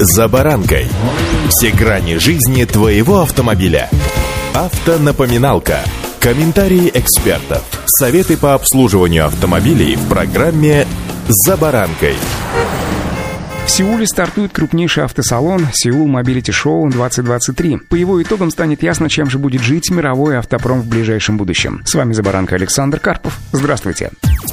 «За баранкой». Все грани жизни твоего автомобиля. Автонапоминалка. Комментарии экспертов. Советы по обслуживанию автомобилей в программе «За баранкой». В Сеуле стартует крупнейший автосалон Seoul Mobility Show 2023. По его итогам станет ясно, чем же будет жить мировой автопром в ближайшем будущем. С вами «За баранкой» Александр Карпов. Здравствуйте.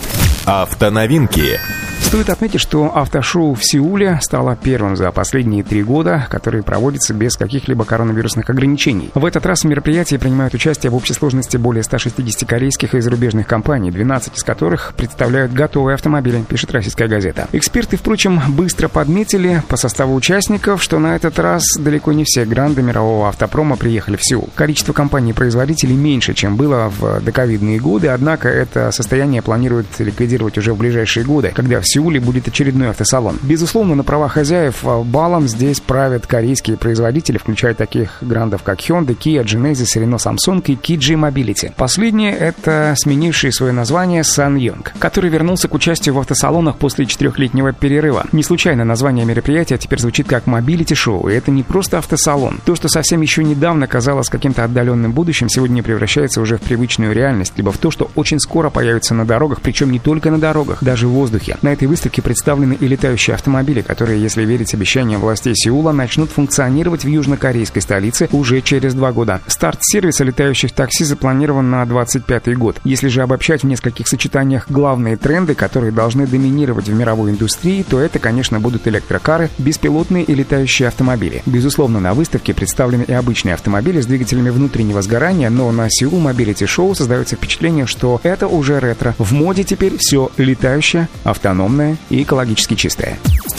Автоновинки. Стоит отметить, что автошоу в Сеуле стало первым за последние 3 года, которые проводятся без каких-либо коронавирусных ограничений. В этот раз в мероприятии принимают участие в общей сложности более 160 корейских и зарубежных компаний, 12 из которых представляют готовые автомобили, пишет «Российская газета». Эксперты, впрочем, быстро подметили по составу участников, что на этот раз далеко не все гранды мирового автопрома приехали в Сеул. Количество компаний-производителей меньше, чем было в доковидные годы, однако это состояние планируют ликвидировать уже в ближайшие годы, когда в Сеуле будет очередной автосалон. Безусловно, на права хозяев балом здесь правят корейские производители, включая таких грандов, как Hyundai, Kia, Genesis, Renault, Samsung и KG Mobility. Последнее — это сменивший свое название SsangYong, который вернулся к участию в автосалонах после 4-летнего перерыва. Не случайно название мероприятия теперь звучит как Mobility Show, и это не просто автосалон. То, что совсем еще недавно казалось каким-то отдаленным будущим, сегодня превращается уже в привычную реальность, либо в то, что очень скоро появится на дорогах, причем не только на дорогах, даже в воздухе. На этой выставке представлены и летающие автомобили, которые, если верить обещаниям властей Сеула, начнут функционировать в южнокорейской столице уже через 2 года. Старт сервиса летающих такси запланирован на 2025 год. Если же обобщать в нескольких сочетаниях главные тренды, которые должны доминировать в мировой индустрии, то это, конечно, будут электрокары, беспилотные и летающие автомобили. Безусловно, на выставке представлены и обычные автомобили с двигателями внутреннего сгорания, но на Seoul Mobility Show создается впечатление, что это уже ретро. В моде теперь все летающее, автономное и экологически чистое.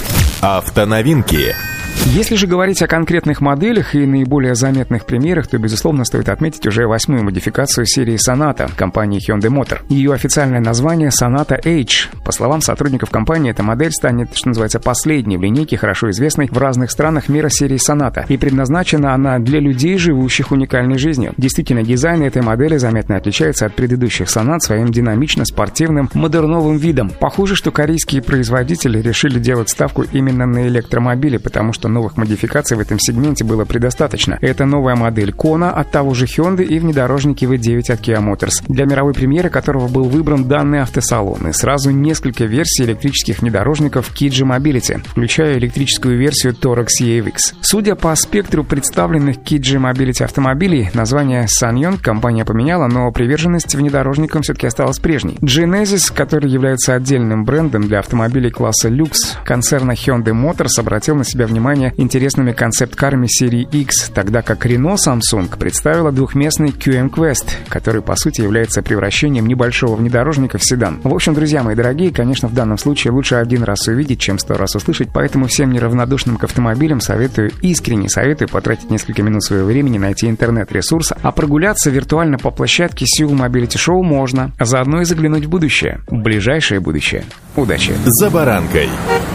Автоновинки. Если же говорить о конкретных моделях и наиболее заметных примерах, то, безусловно, стоит отметить уже 8-ю модификацию серии Sonata компании Hyundai Motor. Ее официальное название Sonata H. По словам сотрудников компании, эта модель станет, что называется, последней в линейке, хорошо известной в разных странах мира серии Sonata. И предназначена она для людей, живущих уникальной жизнью. Действительно, дизайн этой модели заметно отличается от предыдущих Sonat своим динамично-спортивным модерновым видом. Похоже, что корейские производители решили делать ставку именно на электромобили, потому что новых модификаций в этом сегменте было предостаточно. Это новая модель Kona от того же Hyundai и внедорожники V9 от Kia Motors, для мировой премьеры которого был выбран данный автосалон, и сразу несколько версий электрических внедорожников KG Mobility, включая электрическую версию Touareg EVX. Судя по спектру представленных KG Mobility автомобилей, название SsangYong компания поменяла, но приверженность внедорожникам все-таки осталась прежней. Genesis, который является отдельным брендом для автомобилей класса люкс концерна Hyundai Motors, обратил на себя внимание интересными концепт-карами серии X, тогда как Renault Samsung представила двухместный QM Quest, который, по сути, является превращением небольшого внедорожника в седан. В общем, друзья мои дорогие, конечно, в данном случае лучше 1 раз увидеть, чем 100 раз услышать, поэтому всем неравнодушным к автомобилям искренне советую потратить несколько минут своего времени, найти интернет-ресурс, а прогуляться виртуально по площадке Seoul Mobility Show можно, а заодно и заглянуть в будущее, в ближайшее будущее. Удачи! За баранкой.